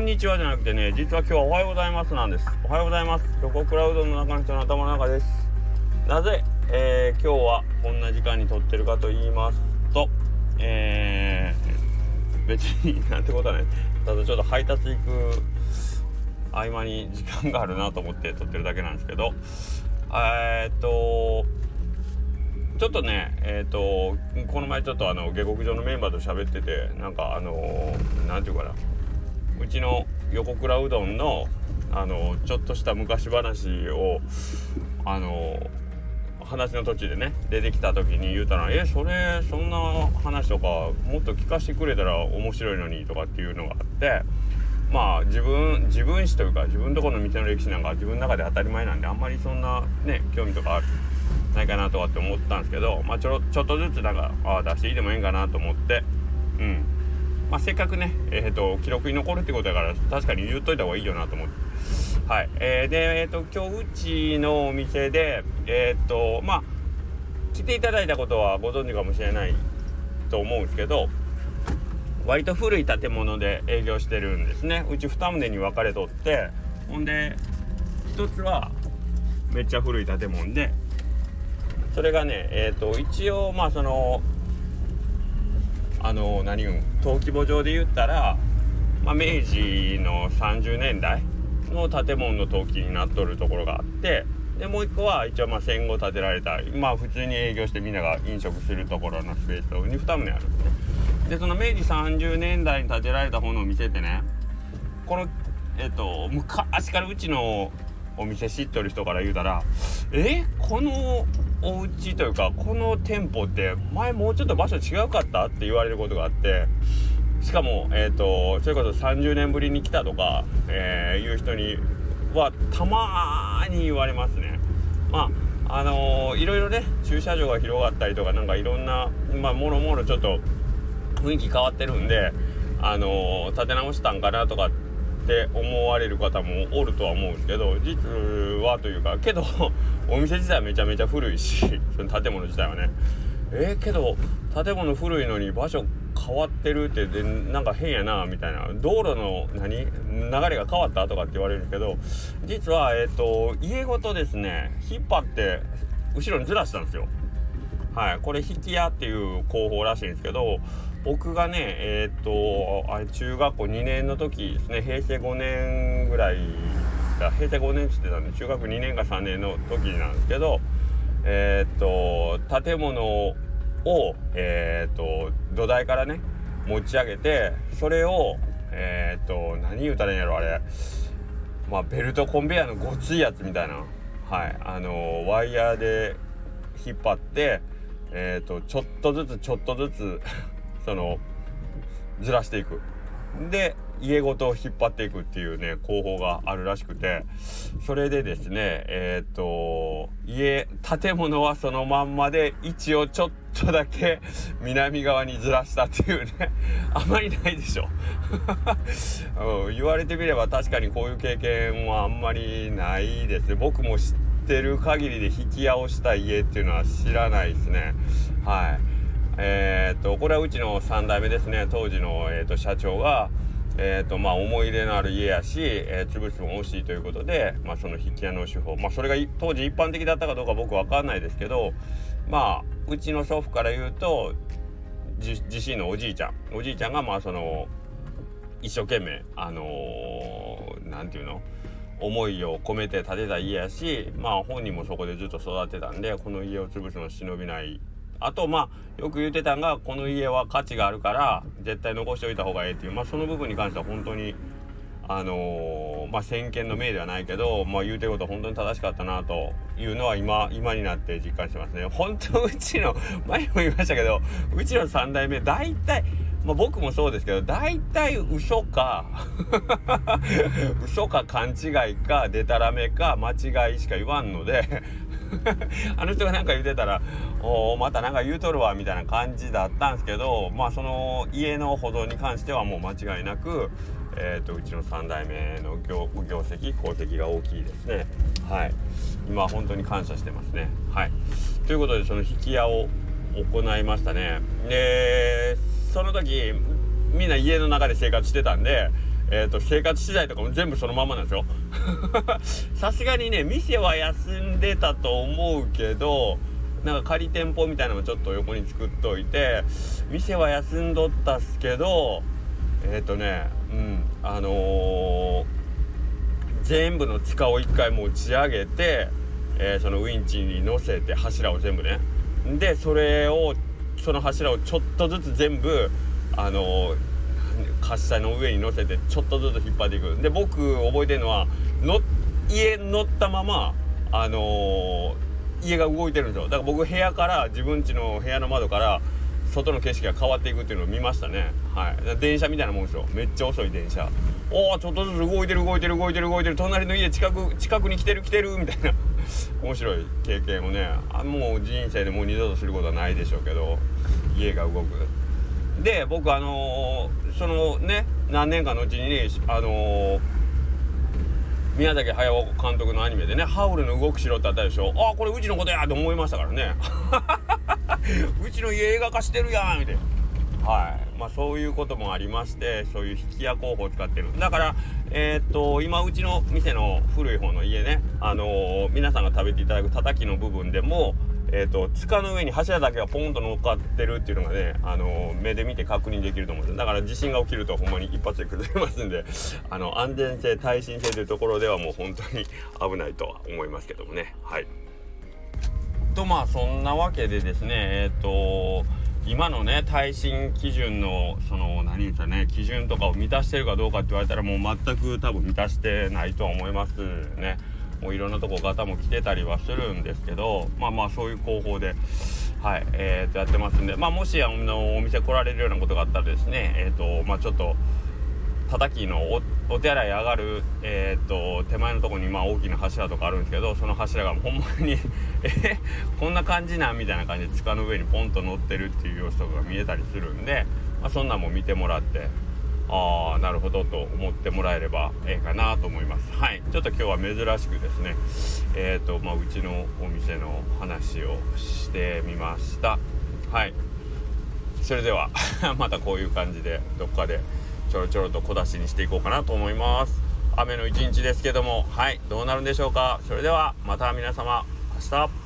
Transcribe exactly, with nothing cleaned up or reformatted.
んにちはじゃなくてね、実は今日はおはようございますなんです。おはようございます。チョコクラウドの中の人の頭の中です。なぜ、えー、今日はこんな時間に撮ってるかと言いますと、えー、別になんてことはない。ただちょっと配達行く合間に時間があるなと思って撮ってるだけなんですけど、えーっとちょっとねえーっとこの前ちょっとあの下克上のメンバーと喋ってて、なんかあのー、なんていうかな、うちの横倉うどんのあのちょっとした昔話をあの話の途中でね出てきた時に言うたら、えそれそんな話とかもっと聞かせてくれたら面白いのにとかっていうのがあって、まあ自分自分史というか自分のところの店の歴史なんか自分の中で当たり前なんで、あんまりそんなね興味とかあるないかなとかって思ったんですけど、まあちょちょっとずつなんかあ出していいでもいいんかなと思って、うんまあ、せっかくね、えー、と記録に残るってことだから確かに言っといた方がいいよなと思って、はい、えー、で、えー、と今日うちのお店でえっ、ー、とまあ来ていただいたことはご存知かもしれないと思うんですけど、割と古い建物で営業してるんですね。うちに棟に分かれとって、ほんで一つはめっちゃ古い建物で、それがねえっ、ー、と一応まあそのあの何言うん登記簿上で言ったら、まあ、明治のさんじゅうねんだいの建物の登記になっとるところがあって、でもう一個は一応まあ戦後建てられた、まあ普通に営業してみんなが飲食するところのスペースにに棟あるんですね。でその明治さんじゅうねんだいに建てられた方のお店ってね、このえっと昔からうちのお店知っとる人から言うたら、えこのお家というかこの店舗って前もうちょっと場所違うかったって言われることがあって、しかもえっとそれこそさんじゅうねんぶりに来たとか、えー、いう人にはたまに言われますね。まああのー、いろいろね駐車場が広がったりとかなんかいろんなまあもろもろちょっと雰囲気変わってるんで、あのー、建て直したんかなとかって思われる方もおるとは思うんですけど、実はというかけどお店自体はめちゃめちゃ古いし、その建物自体はねえー、けど建物古いのに場所変わってるってでなんか変やなみたいな、道路の何流れが変わったとかって言われるけど、実はえっと家ごとですね引っ張って後ろにずらしたんですよ。はい、これ引き屋っていう工法らしいんですけど、僕がねえっとあれ中学校にねんの時ですね、平成ごねんぐらいだ平成ごねんって言ってたんで中学にねんかさんねんの時なんですけど、えっと建物をえっと土台からね持ち上げて、それをえっと何言うたらいいんやろあれ、まあベルトコンベヤーのごついやつみたいな、はいあのワイヤーで引っ張ってえっとちょっとずつちょっとずつそのずらしていく、で家ごと引っ張っていくっていうね工法があるらしくて、それでですねえっと家建物はそのまんまで位置をちょっとだけ南側にずらしたっていうねあまりないでしょ、うん、言われてみれば確かにこういう経験はあんまりないですね。僕も知ってる限りで引き屋をした家っていうのは知らないですね。はいえー、っとこれはうちのさんだいめですね。当時の、えー、っと社長が、えー、っとまあ思い入れのある家やし、えー、潰すのも惜しいということで、まあ、その引き屋の手法、まあそれが当時一般的だったかどうか僕は分かんないですけど、まあうちの祖父から言うと自身のおじいちゃんおじいちゃんがまあその一生懸命あのー、なんていうの思いを込めて建てた家やし、まあ本人もそこでずっと育てたんでこの家を潰すのは忍びない。あとまあよく言ってたんがこの家は価値があるから絶対残しておいた方がいいっていう、まあその部分に関しては本当にあのー、まあ先見の明ではないけど、まあ言うてることは本当に正しかったなというのは今今になって実感してますね。本当うちの前にも言いましたけど、うちのさんだいめ大体まあ僕もそうですけど大体嘘か嘘か勘違いかデタラメか間違いしか言わんのであの人がなんか言ってたらおまたなんか言うとるわみたいな感じだったんですけど、まあその家の歩道に関してはもう間違いなく、えー、とうちのさんだいめの 業, 業績功績が大きいですね。はい今本当に感謝してますね。はいということでその引き屋を行いましたね。でその時みんな家の中で生活してたんで、 えーと生活資材とかも全部そのままなんですよさすがにね店は休んでたと思うけど、なんか仮店舗みたいなのもちょっと横に作っといて、店は休んどったっすけど、えっとねうんあのー、全部の地下を一回持ち上げて、えー、そのウインチに乗せて柱を全部ね、でそれをその柱をちょっとずつ全部あのー、滑車の上に乗せてちょっとずつ引っ張っていく。で僕覚えてるのはの家乗ったままあのー、家が動いてるんですよ。だから僕部屋から自分家の部屋の窓から外の景色が変わっていくっていうのを見ましたね。はい、電車みたいなもんですよ。めっちゃ遅い電車。おーちょっとずつ動いてる動いてる動いてる動いてる、隣の家近く近くに来てる来てるみたいな面白い経験をね、あもう人生でもう二度とすることはないでしょうけど、家が動く。で僕あのー、そのね何年かのうちにねあのー、宮崎駿監督のアニメでねハウルの動く城ってあったでしょ。あこれうちのことやと思いましたからねうちの家映画化してるやんみたいな。はい、まあそういうこともありまして、そういう引き屋工法を使ってる。だからえー、っと今うちの店の古い方の家ね、あのー、皆さんが食べていただくたたきの部分でもえー、と塚の上に柱だけがポンと乗っかってるっていうのがね、あのー、目で見て確認できると思うんです。だから地震が起きるとほんまに一発で崩れますんで、あの安全性耐震性というところではもう本当に危ないとは思いますけどもね。はいとまあそんなわけでですね、えっ、ー、と今のね耐震基準のその何言うんですかね、基準とかを満たしてるかどうかって言われたらもう全く多分満たしてないとは思いますね。もういろんなとこガタも来てたりはするんですけど、まあまあそういう工法ではい、えー、とやってますんで、まあもしあのお店来られるようなことがあったらですね、えっ、ー、とまあちょっと叩きの お, お手洗い上がる、えー、と手前のところにまあ大きな柱とかあるんですけど、その柱がほんまにえこんな感じなんみたいな感じで地下の上にポンと乗ってるっていう様子とかが見えたりするんで、まあ、そんなんも見てもらって、ああなるほどと思ってもらえればええかなと思います。はい、ちょっと今日は珍しくですね、えーとまあ、うちのお店の話をしてみました。はい、それではまたこういう感じでどっかでちょろちょろと小出しにしていこうかなと思います。雨の一日ですけども、はいどうなるんでしょうか。それではまた皆様明日。